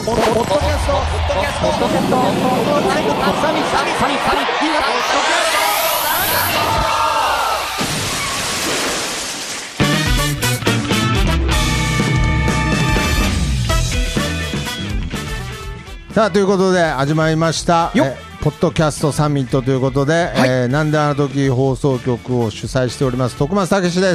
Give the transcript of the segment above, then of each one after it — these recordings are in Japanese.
ポッドキャストさあということで始まりましたポッドキャストサミットということで、はい、なんであの時放送局を主催しております徳松武史です。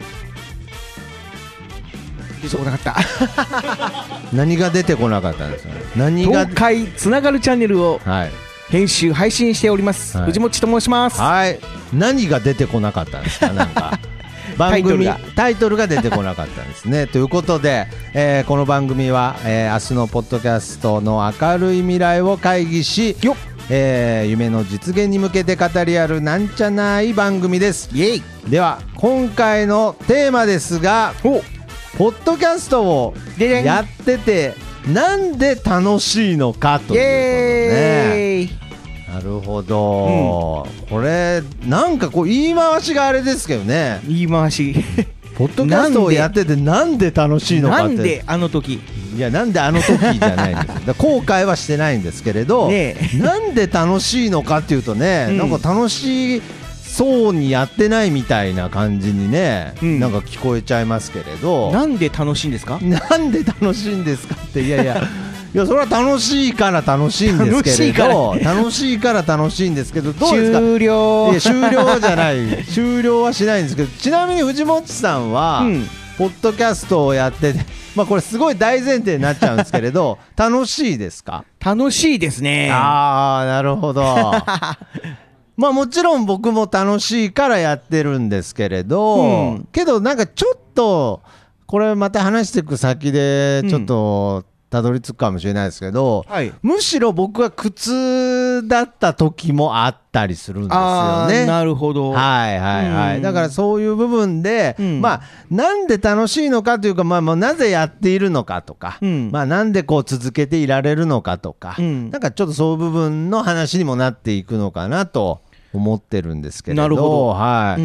出てこなかった何が出てこなかったんですか。何が東海つながるチャンネルを編集配信しております、はい、藤本と申します。 はい、何が出てこなかったんですか。なんか番組タイトルが出てこなかったんですねということで、この番組は、明日のポッドキャストの明るい未来を会議し夢の実現に向けて語り合うなんちゃない番組です。 イエイ。 では今回のテーマですが、ポッドキャストをやっててなんで楽しいのかということね。なるほど、これなんかこう言い回しがあれですけどね。 言い回しポッドキャストをやっててなんで楽しいのかって。 なんであの時。 いやなんであの時じゃないんですよ。後悔はしてないんですけれど、なんで楽しいのかっていうとね、なんか楽しそうにやってないみたいな感じにね、なんか聞こえちゃいますけれど。 なんで楽しいんですか。 なんで楽しいんですかって。いやそれは楽しいから楽しいんですけれど、楽しいから楽しいんですけど、どうですか。 終了。 いや終了じゃない終了はしないんですけど、ちなみに藤本さんは、ポッドキャストをやってて、まあこれすごい大前提になっちゃうんですけれど楽しいですか。 楽しいですね。 ああなるほどまあもちろん僕も楽しいからやってるんですけれど、けどなんかちょっとこれまた話していく先でちょっとたどり着くかもしれないですけど、むしろ僕は苦痛だった時もあったりするんですよね。 なるほど。 はいはいはい、だからそういう部分で、まあなんで楽しいのかというか、まあなぜやっているのかとか、まあなんでこう続けていられるのかとか、なんかちょっとそういう部分の話にもなっていくのかなと思ってるんですけれど。 なるほど。 はい、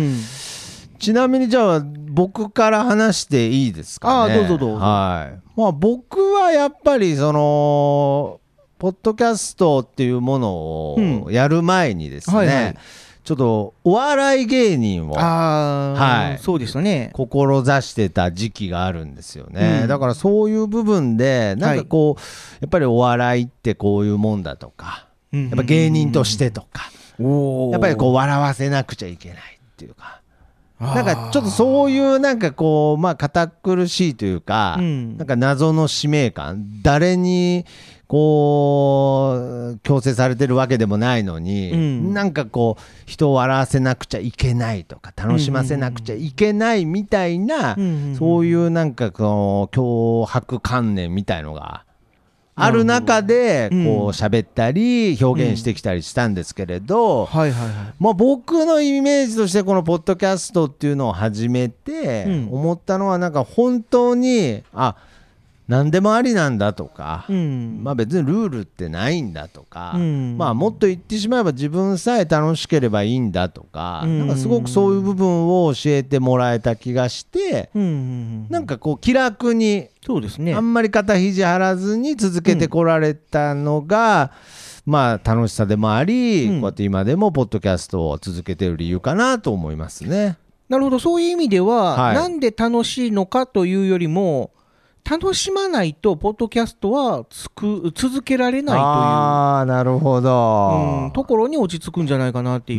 ちなみにじゃあ僕から話していいですかね。 どうぞどうぞ。 はい、まあ、僕はやっぱりそのポッドキャストっていうものをやる前にですね、ちょっとお笑い芸人をそうでしたね、 志してた時期があるんですよね、だからそういう部分でなんかこう、やっぱりお笑いってこういうもんだとか、やっぱ芸人としてとか、やっぱりこう笑わせなくちゃいけないっていうか、なんかちょっとそういうなんかこうまあ堅苦しいというか、なんか謎の使命感、誰にこう強制されてるわけでもないのに、なんかこう人を笑わせなくちゃいけないとか楽しませなくちゃいけないみたいな、そういうなんかこう脅迫観念みたいのがある中でこう喋ったり表現してきたりしたんですけれど、まあ僕のイメージとしてこのポッドキャストっていうのを始めて思ったのは、なんか本当に何でもありなんだとか、まあ別にルールってないんだとか、まあもっと言ってしまえば自分さえ楽しければいいんだとか、なんかすごくそういう部分を教えてもらえた気がして、なんかこう気楽に、そうですね、あんまり肩肘張らずに続けてこられたのが、まあ楽しさでもあり、こうやって今でもポッドキャストを続けてる理由かなと思いますね。 なるほど。そういう意味では、なんで楽しいのかというよりも、楽しまないとポッドキャストは続けられないという、 なるほど、 ところに落ち着くんじゃないかなっていう。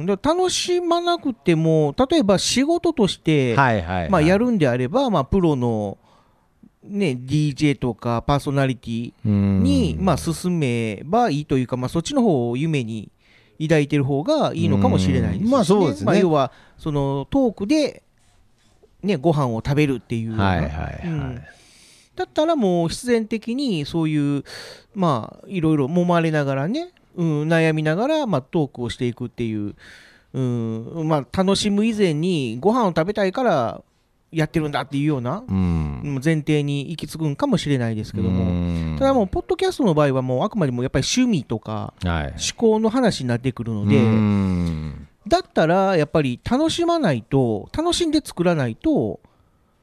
楽しまなくても、例えば仕事としてやるんであれば、プロの、DJ とかパーソナリティに進めばいいというか、そっちの方を夢に抱いてる方がいいのかもしれないですね。 そうですね。 要はそのトークでご飯を食べるっていうような、だったらもう必然的にそういういろいろ揉まれながらね、悩みながらトークをしていくっていう、楽しむ以前にご飯を食べたいからやってるんだっていうような前提に行き着くんかもしれないですけども、ただもうポッドキャストの場合はもうあくまでもやっぱり趣味とか思考の話になってくるので、だったらやっぱり楽しんで作らないと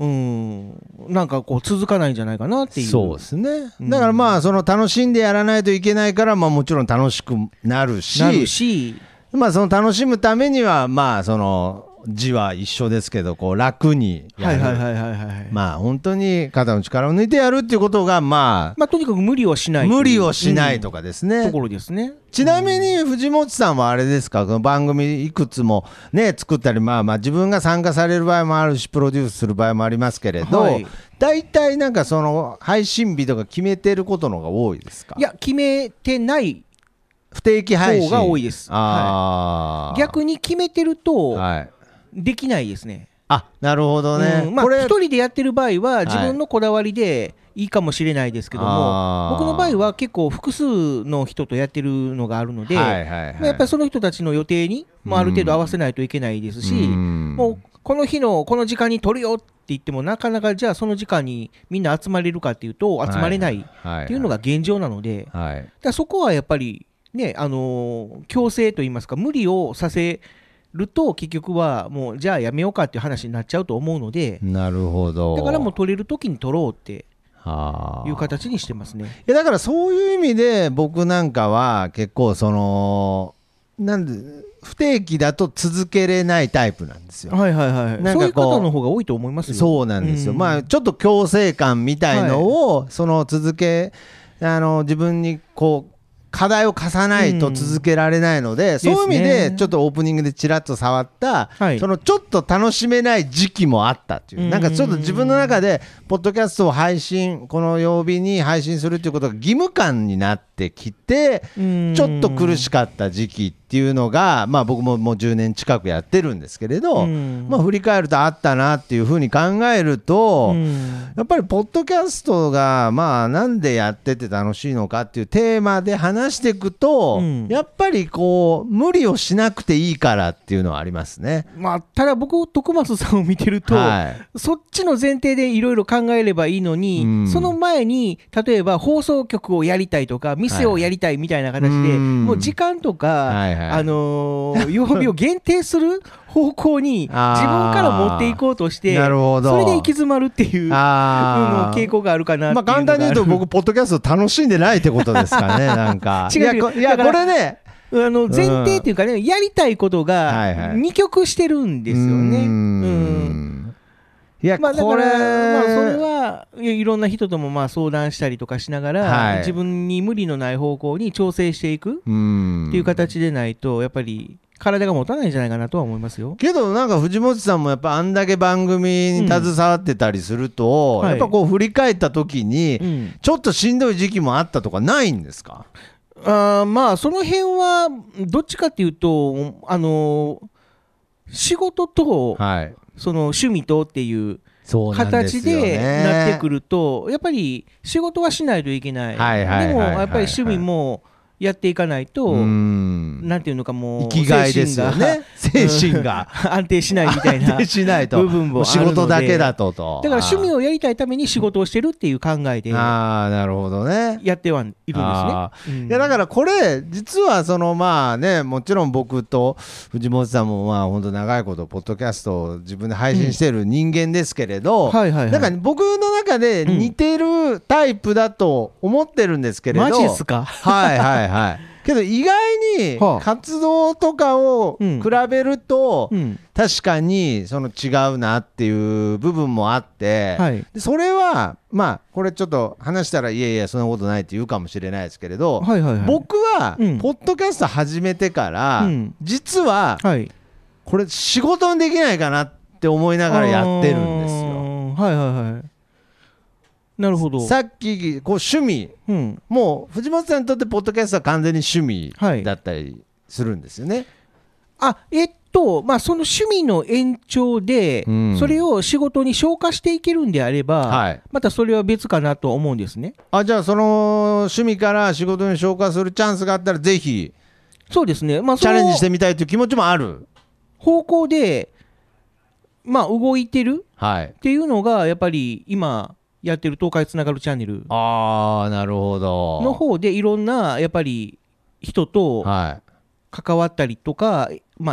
なんかこう続かないんじゃないかなっていう。 そうですね。だからまあその楽しんでやらないといけないから、まあもちろん楽しくなるし、まあその楽しむためにはまあその字は一緒ですけど、こう楽にやる、まあ本当に肩の力を抜いてやるっていうことがまあとにかく無理をしないとかですね、 ところですね。 ちなみに藤本さんはあれですか、この番組いくつもね作ったり、まあ自分が参加される場合もあるしプロデュースする場合もありますけれど、大体なんかその配信日とか決めてることの方が多いですか？ いや、決めてない不定期配信方が多いです。逆に決めてると、できないですね。 なるほどね。 これ一人でやってる場合は自分のこだわりでいいかもしれないですけども、僕の場合は結構複数の人とやってるのがあるので、やっぱりその人たちの予定にもある程度合わせないといけないですし、もうこの日のこの時間に撮るよって言ってもなかなかじゃあその時間にみんな集まれるかっていうと集まれないっていうのが現状なので、だからそこはやっぱりね、強制といいますか無理をさせると結局はもうじゃあやめようかっていう話になっちゃうと思うので、 なるほど。 だからもう取れる時に取ろうっていう形にしてますね。 いやだからそういう意味で僕なんかは結構そのなんで不定期だと続けれないタイプなんですよ。 なんかそういう方の方が多いと思いますよ。 そうなんですよ。まあちょっと強制感みたいのをその自分にこう課題を課さないと続けられないので、そういう意味でちょっとオープニングでちらっと触った、そのちょっと楽しめない時期もあったっていう、なんかちょっと自分の中でポッドキャストをこの曜日に配信するっていうことが義務感になってきて、ちょっと苦しかった時期っていうのが、まあ僕ももう10年近くやってるんですけれど、まあ振り返るとあったなっていうふうに考えると、やっぱりポッドキャストがまあなんでやってて楽しいのかっていうテーマで話していくと、やっぱりこう無理をしなくていいからっていうのはありますね。 まあただ僕徳松さんを見てると、そっちの前提でいろいろ考えればいいのに、その前に例えば放送局をやりたいとか店をやりたいみたいな形で、もう時間とか、曜日を限定する方向に自分から持っていこうとして、それで行き詰まるっていう傾向があるかなっていうのが。 まあ簡単に言うと僕ポッドキャスト楽しんでないってことですかね。なんかいやこれね前提っていうかね、やりたいことが二極してるんですよね。いや、だからまあそれはいろんな人ともまあ相談したりとかしながら、自分に無理のない方向に調整していくっていう形でないとやっぱり体が持たないんじゃないかなとは思いますよ。 けどなんか藤本さんもやっぱあんだけ番組に携わってたりすると、やっぱこう振り返った時にちょっとしんどい時期もあったとかないんですか？ まあその辺はどっちかっていうと仕事と、その趣味とっていう形でなってくると、やっぱり仕事はしないといけない。でもやっぱり趣味もやっていかないと、なんていうのかもう生きがいですよね。精神が安定しないみたいな部分もあるので、 仕事だけだとだから趣味をやりたいために仕事をしてるっていう考えでなるほどねやってはいるんですね。 いやだからこれ実はそのまあね、もちろん僕と藤本さんもまあ本当長いことポッドキャストを自分で配信してる人間ですけれど、なんか僕の中で似てるタイプだと思ってるんですけれど、 マジっすか？ けど意外に活動とかを比べると確かにその違うなっていう部分もあって、それはまあこれちょっと話したらいやいやそんなことないって言うかもしれないですけれど、僕はポッドキャスト始めてから実はこれ仕事にできないかなって思いながらやってるんですよ。 なるほど。 さっきこう趣味、もう藤本さんにとってポッドキャストは完全に趣味だったりするんですよね。 まあその趣味の延長で、それを仕事に昇華していけるんであれば、またそれは別かなと思うんですね。 じゃあその趣味から仕事に昇華するチャンスがあったらぜひそうですね、チャレンジしてみたいという気持ちもある方向で動いてるっていうのがやっぱり今やってる東海つながるチャンネルの方でいろんなやっぱり人と関わったりとか、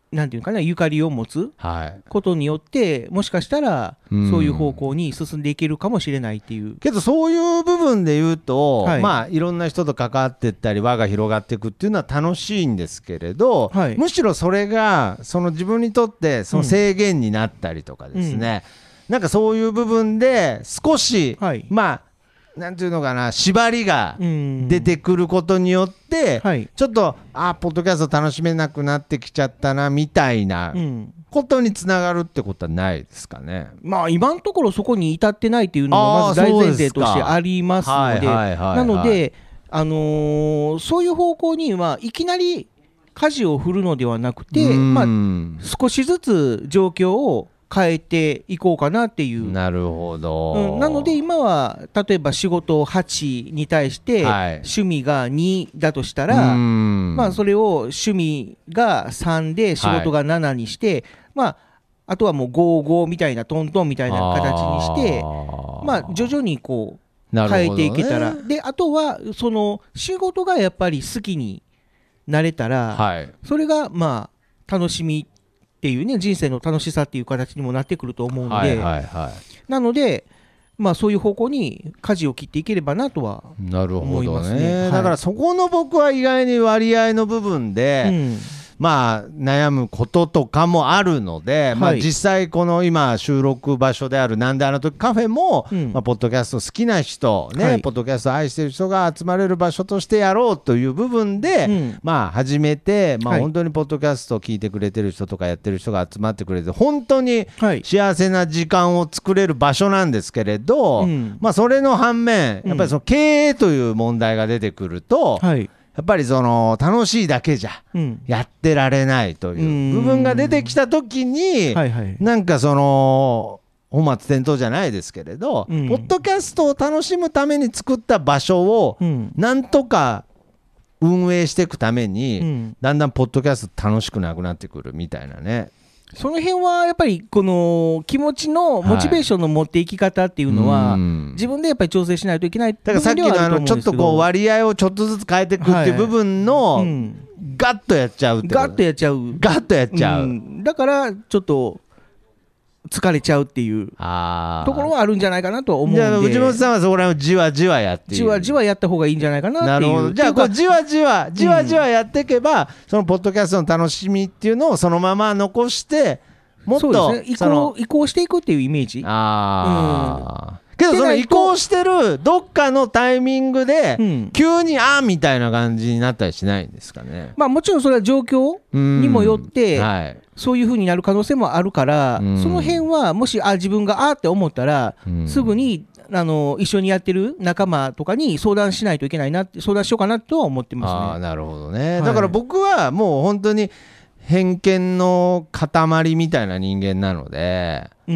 なんていうかな、ゆかりを持つことによって、もしかしたらそういう方向に進んでいけるかもしれないっていう、 けどそういう部分で言うと、まあいろんな人と関わっていったり輪が広がっていくっていうのは楽しいんですけれど、むしろそれがその自分にとってその制限になったりとかですね、なんかそういう部分で少し、まあなんていうのかな、縛りが出てくることによって、ちょっとポッドキャスト楽しめなくなってきちゃったなみたいなことにつながるってことはないですかね。 まあ今のところそこに至ってないっていうのもまず大前提としてありますので、なので、そういう方向にはいきなり舵を振るのではなくて、まあ、少しずつ状況を変えていこうかなっていう。 なるほど、 なので今は例えば仕事8に対して趣味が2だとしたら、まあそれを趣味が3で仕事が7にして、まああとはもう55みたいなトントンみたいな形にして、まあ徐々にこう変えていけたら、であとはその仕事がやっぱり好きになれたら、それがまあ楽しみっていうね、人生の楽しさっていう形にもなってくると思うので、なのでまあそういう方向に舵を切っていければなとは思いますね。 だからそこの僕は意外に割合の部分で、まあ悩むこととかもあるので、まあ実際この今収録場所であるなんであの時カフェも、まあポッドキャスト好きな人ね、ポッドキャスト愛してる人が集まれる場所としてやろうという部分で、まあ始めて、まあ本当にポッドキャストを聞いてくれてる人とかやってる人が集まってくれて本当に幸せな時間を作れる場所なんですけれど、まあそれの反面やっぱりその経営という問題が出てくると、やっぱりその楽しいだけじゃやってられないという部分が出てきたときに、なんかその本末転倒じゃないですけれど、ポッドキャストを楽しむために作った場所をなんとか運営していくために、だんだんポッドキャスト楽しくなくなってくるみたいなね。 その辺はやっぱりこの気持ちのモチベーションの持っていき方っていうのは自分でやっぱり調整しないといけない。 だからさっきのちょっとこう割合をちょっとずつ変えていくっていう部分のガッとやっちゃうってこと。 ガッとやっちゃう。 ガッとやっちゃう。 だからちょっと疲れちゃうっていうところはあるんじゃないかなと思うんで。じゃあ藤本さんはそこら辺をじわじわやっている。 じわじわやった方がいいんじゃないかなっていう。なるほど。 じゃあこうじわじわやっていけば、そのポッドキャストの楽しみっていうのをそのまま残してもっとそうですね、移行していくっていうイメージ。 けどその移行してるどっかのタイミングで急にみたいな感じになったりしないんですかね。 まあもちろんそれは状況にもよってそういう風になる可能性もあるから、その辺はもし自分がって思ったらすぐに一緒にやってる仲間とかに相談しないといけないなって、相談しようかなとは思ってますね。 なるほどね。だから僕はもう本当に偏見の塊みたいな人間なので、って、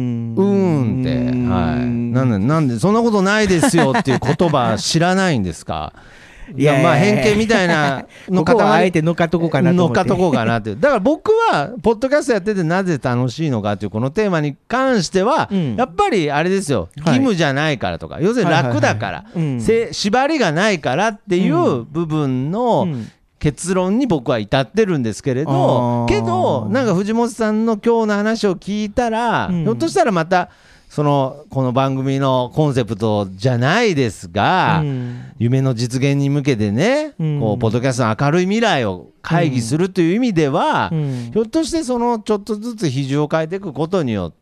なんでそんなことないですよっていう言葉知らないんですか。いやまあ偏見みたいなの塊あえて乗っかっとこうかなと思って。 乗っかっとこうかなって。だから僕はポッドキャストやっててなぜ楽しいのかっていうこのテーマに関しては、やっぱりあれですよ、義務じゃないからとか、要するに楽だから、縛りがないからっていう部分の結論に僕は至ってるんですけれど、けどなんか藤本さんの今日の話を聞いたら、ひょっとしたらまたこの番組のコンセプトじゃないですが、夢の実現に向けてね、こうポッドキャストの明るい未来を会議するという意味では、ひょっとしてそのちょっとずつ比重を変えていくことによって、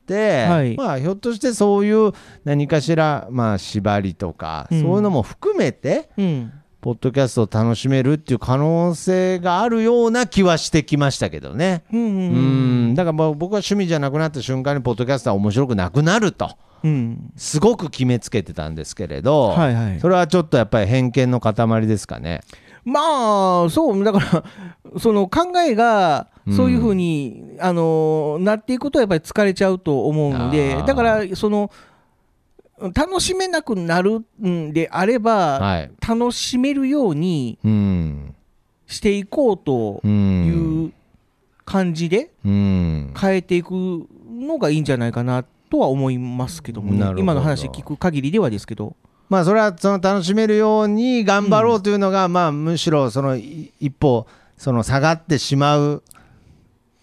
まあひょっとしてそういう何かしらまあ縛りとか、そういうのも含めて、ポッドキャストを楽しめるっていう可能性があるような気はしてきましたけどね。だから僕は趣味じゃなくなった瞬間にポッドキャストは面白くなくなると、すごく決めつけてたんですけれど、それはちょっとやっぱり偏見の塊ですかね。 まあそうだからその考えがそういうふうに、なっていくとやっぱり疲れちゃうと思うので、だからその楽しめなくなるんであれば、楽しめるようにしていこうという感じで変えていくのがいいんじゃないかなとは思いますけどもね。今の話聞く限りではですけど、 まあそれはその楽しめるように頑張ろうというのが、まあむしろその一歩その下がってしまう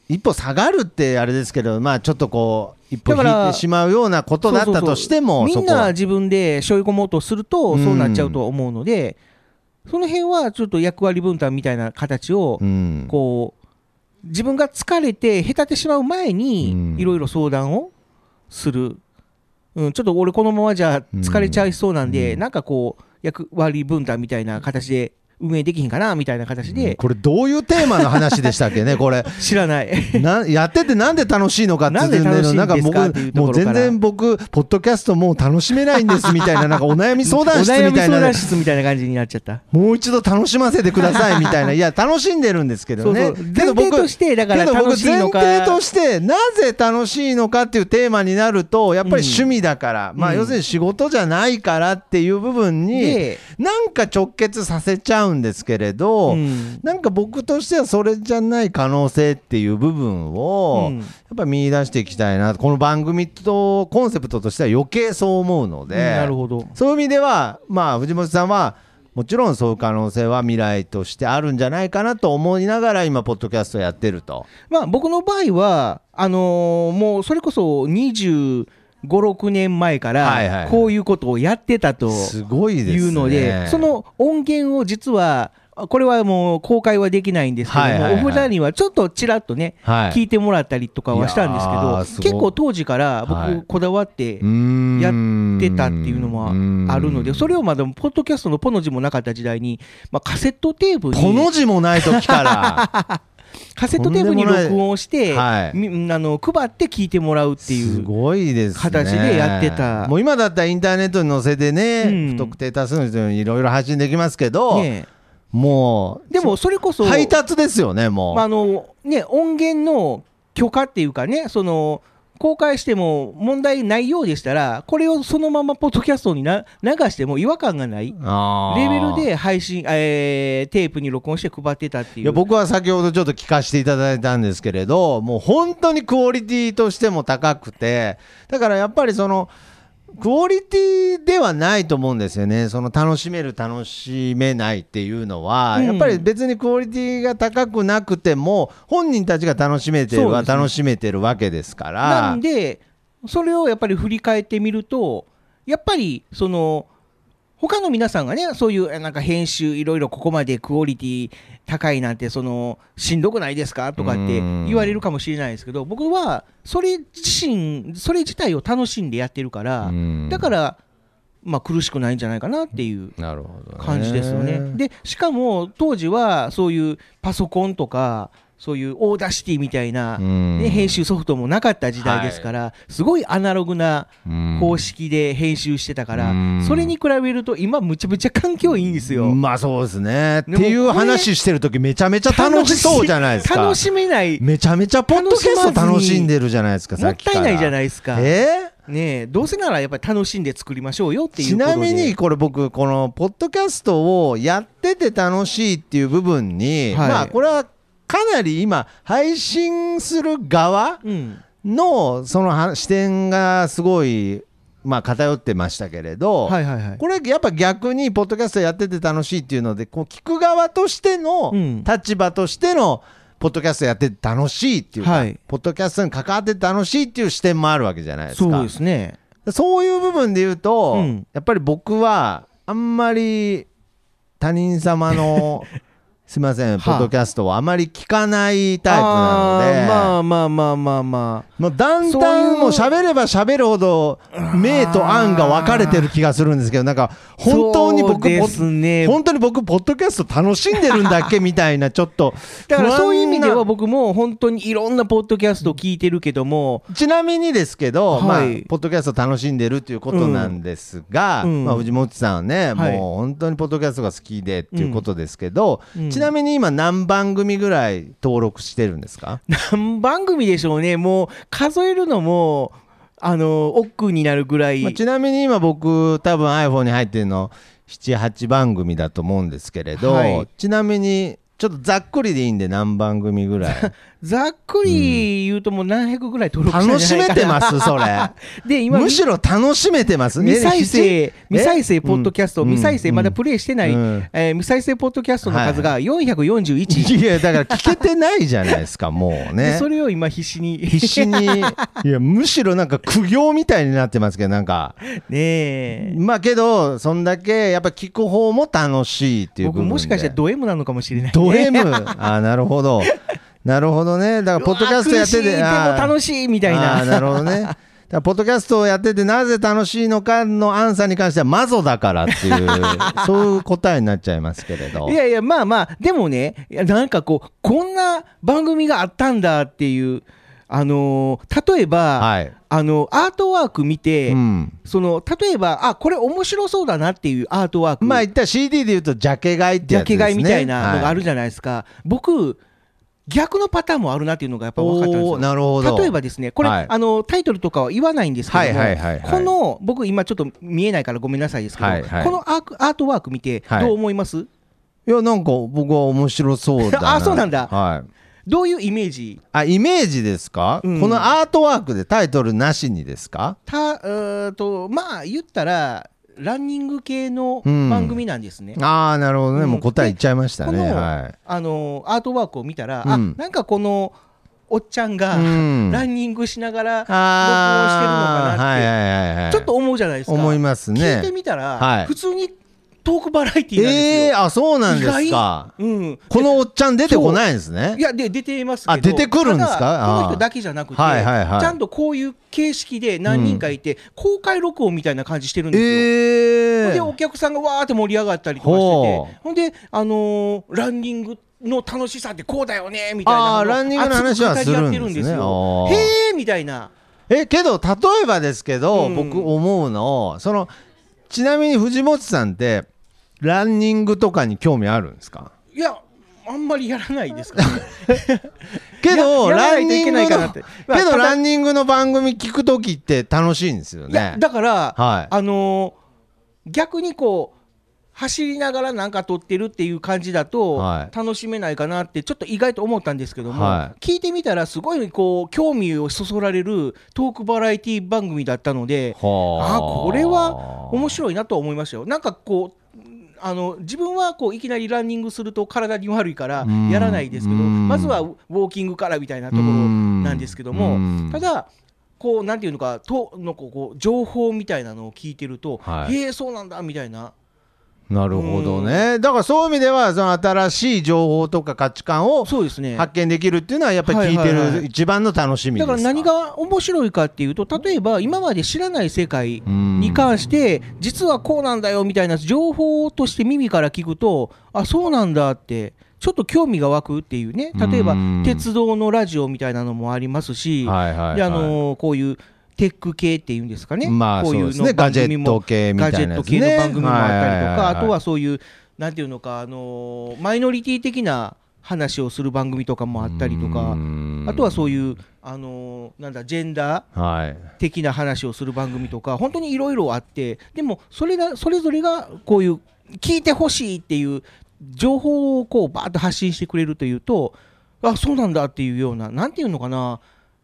一歩下がるってあれですけど、まあちょっとこう一歩引いてしまうようなことだったとしても、 みんな自分で背負い込もうとするとそうなっちゃうと思うので、その辺はちょっと役割分担みたいな形をこう自分が疲れてへたってしまう前にいろいろ相談をする、ちょっと俺このままじゃ疲れちゃいそうなんで、なんかこう役割分担みたいな形で運営できひんかなみたいな形で、 これどういうテーマの話でしたっけねこれ知らないやっててなんで楽しいのかっていうのなんか僕もう全然僕ポッドキャストもう楽しめないんですみたいななんかお悩み相談室みたいなお悩み相談室みたいな感じになっちゃった。 もう一度楽しませてくださいみたいないや楽しんでるんですけどね。 そう前提としてだから楽しいのか、 前提としてなぜ楽しいのかっていうテーマになるとやっぱり趣味だから、まあ要するに仕事じゃないからっていう部分になんか直結させちゃうんですけれど、なんか僕としてはそれじゃない可能性っていう部分をやっぱ見出していきたいな、この番組とコンセプトとしては余計そう思うので、 なるほど。 そういう意味ではまあ藤本さんはもちろんそういう可能性は未来としてあるんじゃないかなと思いながら今ポッドキャストやってると。 まあ僕の場合はもうそれこそ25、6年前からこういうことをやってたというので、その音源を実はこれはもう公開はできないんですけども、お二人にはちょっとちらっとね、聞いてもらったりとかはしたんですけど、結構当時から僕こだわってやってたっていうのもあるので、それをまだポッドキャストのポの字もなかった時代に、カセットテープにポの字もない時からカセットテープに録音して配って聞いてもらうっていう形でやってた。 もう今だったらインターネットに載せてね、不特定多数の人にいろいろ発信できますけど、もうでもそれこそ配達ですよね。もう音源の許可っていうかね、その公開しても問題ないようでしたらこれをそのままポッドキャストに流しても違和感がないレベルで配信、テープに録音して配ってたっていう。 いや僕は先ほどちょっと聞かせていただいたんですけれど、もう本当にクオリティとしても高くて、だからやっぱりそのクオリティではないと思うんですよね。その楽しめる楽しめないっていうのは、やっぱり別にクオリティが高くなくても本人たちが楽しめてるは楽しめてるわけですから、 なんでそれをやっぱり振り返ってみると、やっぱりその他の皆さんがね、そういうなんか編集いろいろここまでクオリティ高いなんてそのしんどくないですかとかって言われるかもしれないですけど、僕はそれ自体を楽しんでやってるから、だから苦しくないんじゃないかなっていう感じですよね。でしかも当時はそういうパソコンとかそういうオーダーシティみたいな、編集ソフトもなかった時代ですから、すごいアナログな方式で編集してたから、それに比べると今むちゃむちゃ環境いいんですよ。 まあそうですね。っていう話してる時めちゃめちゃ楽しそうじゃないですか。 楽しめない。 めちゃめちゃポッドキャスト楽しんでるじゃないですか。 もったいないじゃないですか。ねえ、どうせならやっぱり楽しんで作りましょうよっていうことで。 ちなみにこれ僕このポッドキャストをやってて楽しいっていう部分に、まあこれはかなり今配信する側のその視点がすごい偏ってましたけれど、これやっぱ逆にポッドキャストやってて楽しいっていうので、こう聞く側としての立場としてのポッドキャストやってて楽しいっていうか、ポッドキャストに関わってて楽しいっていう視点もあるわけじゃないですか。 そうですね。 そういう部分で言うと、やっぱり僕はあんまり他人様のすいません、ポッドキャストをあまり聞かないタイプなので、もうだんだんもう喋れば喋るほど明と暗が分かれてる気がするんですけど、なんか本当に僕ポッドキャスト楽しんでるんだっけみたいな、ちょっとだからそういう意味では僕も本当にいろんなポッドキャストを聞いてるけども、 ちなみにですけど、ポッドキャスト楽しんでるっていうことなんですが、藤本さんはね、もう本当にポッドキャストが好きでっていうことですけど、ちなみに今何番組ぐらい登録してるんですか？ 何番組でしょうね。もう数えるのも億劫になるぐらい、 ちなみに今僕多分 iPhone に入ってるの 7,8 番組だと思うんですけれど、ちなみにちょっとざっくりでいいんで何番組ぐらいざっくり言うともう何百ぐらい登録したん楽しじゃないかな。 めてますそれで今むしろ楽しめてます未再生ポッドキャスト、未再生まだプレイしてない、未再生ポッドキャストの数が441、 いやだから聞けてないじゃないですかもうね。 それを今必死にいやむしろなんか苦行みたいになってますけどなんかねえ、 まあけどそんだけやっぱ聞く方も楽しいっていう部分で、 僕もしかしたらド M なのかもしれない、ね、 ド M あなるほどなるほどね。だからポッドキャストやっててでも楽しいみたいな。 なるほどね。だからポッドキャストをやっててなぜ楽しいのかのアンサーに関してはマゾだからっていうそういう答えになっちゃいますけれど。 いやいやまあまあでもね、なんかこんな番組があったんだっていう、例えば、はい、アートワーク見て、例えばこれ面白そうだなっていうアートワーク、 まあ言ったら CD でいうとジャケ買いってやつですね。 ジャケ買いみたいなのがあるじゃないですか、はい、僕逆のパターンもあるなっていうのがやっぱ分かったんですよ。 なるほど。 例えばですねこれ、はい、タイトルとかは言わないんですけども、この僕今ちょっと見えないからごめんなさいですけど、はいはい、このアートワーク見てどう思います？はい、 いやなんか僕は面白そうだなあそうなんだ、 はい、 どういうイメージ？ イメージですか、このアートワークでタイトルなしにですか？まあ言ったらランニング系の番組なんですね。 ああなるほどね、もう答え言っちゃいましたね。 はい、アートワークを見たら、なんかこのおっちゃんが、ランニングしながら録音してるのかなってちょっと思うじゃないですか。 思いますね。 聞いてみたら、普通にトークバラエティーなんですよ。 あそうなんですか。このおっちゃん出てこないんですね。 いや出てますけど、 出てくるんですか。 この人だけじゃなくて、ちゃんとこういう形式で何人かいて、公開録音みたいな感じしてるんですよ。でお客さんがわーって盛り上がったりとかしてて、ほんでランニングの楽しさってこうだよねみたいなランニングの話はするんですね。 へーみたいな。 けど例えばですけど、僕思うのちなみに藤本さんってランニングとかに興味あるんですか？ いやあんまりやらないですからねけどランニングの番組聞くときって楽しいんですよね。 だから、逆にこう走りながらなんか撮ってるっていう感じだと楽しめないかなってちょっと意外と思ったんですけども、聞いてみたらすごいこう興味をそそられるトークバラエティ番組だったので、これは面白いなと思いましたよ。なんかこう自分はこういきなりランニングすると体に悪いからやらないですけど、まずはウォーキングからみたいなところなんですけども、ただこうなんていうのかこう情報みたいなのを聞いてると、へえそうなんだみたいな。 なるほどね。だからそういう意味ではその新しい情報とか価値観を発見できるっていうのはやっぱり聞いてる一番の楽しみですか。 だから何が面白いかっていうと、例えば今まで知らない世界に関して実はこうなんだよみたいな情報として耳から聞くと、そうなんだってちょっと興味が湧くっていうね。例えば鉄道のラジオみたいなのもありますし、でこういうテック系っていうんですかね、こういうのガジェット系みたいなやつね、 ガジェット系の番組もあったりとか、あとはそういうなんていうのかマイノリティ的な話をする番組とかもあったりとか、あとはそういうなんだジェンダー的な話をする番組とか、本当にいろいろあって、でもそれぞれがこういう聞いてほしいっていう情報をこうバーッと発信してくれるというと、そうなんだっていうような、なんていうのかな、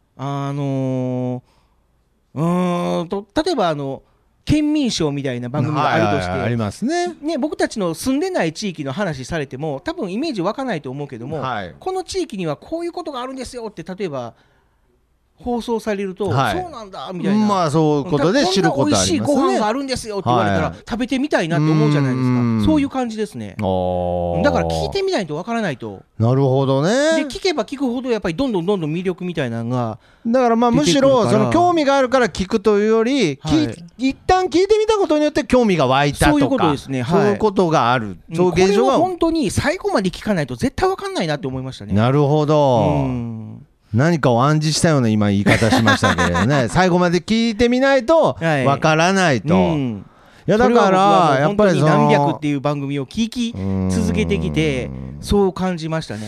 例えば県民賞みたいな番組があるとして、 ありますね。 僕たちの住んでない地域の話されても多分イメージ湧かないと思うけども、この地域にはこういうことがあるんですよって例えば放送されると、そうなんだみたいな、 そういうことで知ることありますね。 こんな美味しいご飯があるんですよって言われたら、食べてみたいなって思うじゃないですか。そういう感じですね。だから聞いてみないとわからないと。 なるほどね。 で聞けば聞くほどやっぱりどんどん魅力みたいなのが、 だからむしろその興味があるから聞くというより、一旦聞いてみたことによって興味が湧いたとか、そういうことですね。そういうことがある。そういう現象が、 これは本当に最後まで聞かないと絶対わかんないなって思いましたね。 なるほど。何かを暗示したような今言い方しましたけれどね最後まで聞いてみないとわからないと、いやだからやっぱり何百っていう番組を聞き続けてきてそう感じましたね。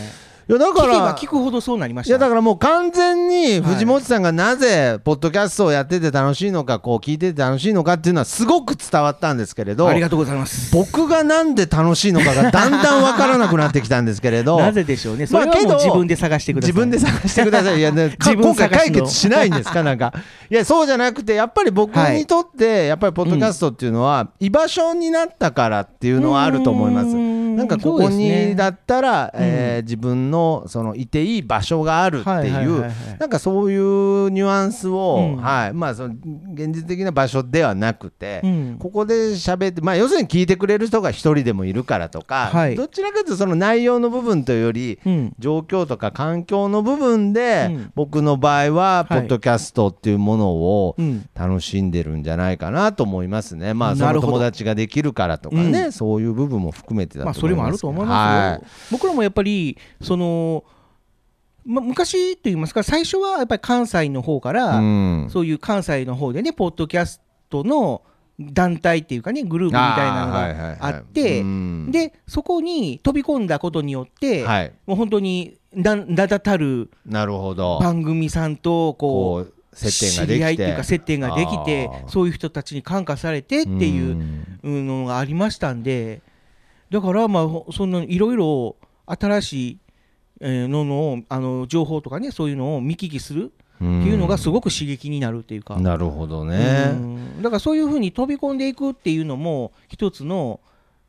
いやだから聞けば聞くほどそうなりました。 いやだからもう完全に藤本さんがなぜポッドキャストをやってて楽しいのか、こう聞いてて楽しいのかっていうのはすごく伝わったんですけれど、 ありがとうございます。 僕がなんで楽しいのかがだんだん分からなくなってきたんですけれどなぜでしょうね。それはもう自分で探してください。 自分で探してください。いや、ね、今回解決しないんですかなんか。いやそうじゃなくてやっぱり僕にとってやっぱりポッドキャストっていうのは居場所になったからっていうのはあると思います。なんかここにだったら、自分のそのいていい場所があるっていうなんかそういうニュアンスを、まあその現実的な場所ではなくて、ここで喋って、まあ要するに聞いてくれる人が一人でもいるからとか、どちらかというとその内容の部分というより、状況とか環境の部分で、僕の場合はポッドキャストっていうものを楽しんでるんじゃないかなと思いますね。まあその友達ができるからとかね、そういう部分も含めてだと思います。 それもあると思いますよ。僕らもやっぱりその昔といいますか、最初はやっぱり関西の方から、そういう関西の方でねポッドキャストの団体っていうかねグループみたいなのがあって、でそこに飛び込んだことによって、もう本当に名だたる番組さんとこう知り合いっていうか接点ができて、そういう人たちに感化されてっていうのがありましたんで、だからまあそんないろいろ新しいのを情報とかねそういうのを見聞きするっていうのがすごく刺激になるっていうか。 なるほどね。 だからそういうふうに飛び込んでいくっていうのも一つの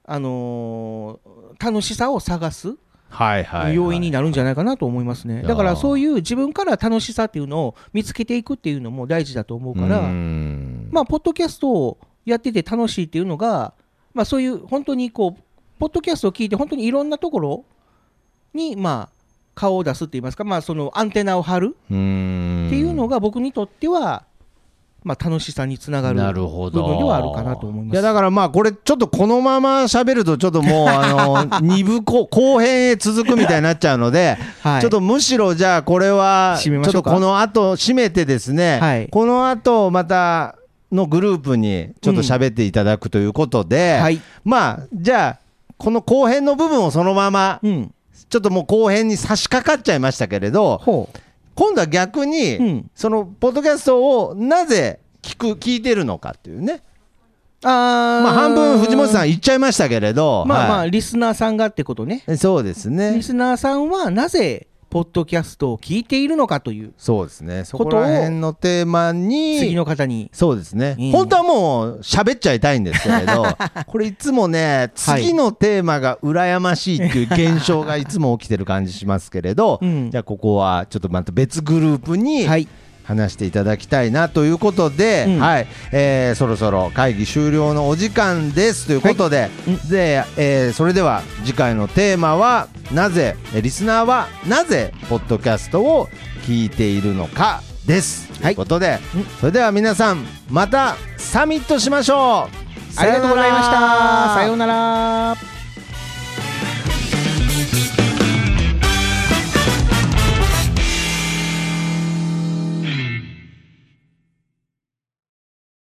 楽しさを探す要因になるんじゃないかなと思いますね。だからそういう自分から楽しさっていうのを見つけていくっていうのも大事だと思うから、まあポッドキャストをやってて楽しいっていうのが、まあそういう本当にこうポッドキャストを聞いて本当にいろんなところにまあ顔を出すって言いますか、まあそのアンテナを張るっていうのが僕にとってはまあ楽しさにつながる部分ではあるかなと思います。 いやだからまあこれちょっとこのまま喋るとちょっともう2部後編へ続くみたいになっちゃうので、ちょっとむしろじゃあこれはちょっとこの後締めてですね、この後またのグループにちょっと喋っていただくということで、まあじゃあこの後編の部分をそのまま、ちょっともう後編に差し掛かっちゃいましたけれど、今度は逆に、そのポッドキャストをなぜ聞いてるのかっていうね、まあ半分藤本さん言っちゃいましたけれど、 まあリスナーさんがってことね。 そうですね。 リスナーさんはなぜポッドキャストを聞いているのかという、 そうですね、そこら辺のテーマに次の方に、 そうですね、本当はもう喋っちゃいたいんですけれどこれいつもね次のテーマが羨ましいっていう現象がいつも起きてる感じしますけれど、じゃあここはちょっとまた別グループに話していただきたいなということで、そろそろ会議終了のお時間ですということで、それでは次回のテーマはなぜリスナーはなぜポッドキャストを聞いているのかです、ということで、それでは皆さんまたサミットしましょう。 ありがとうございました。さようなら。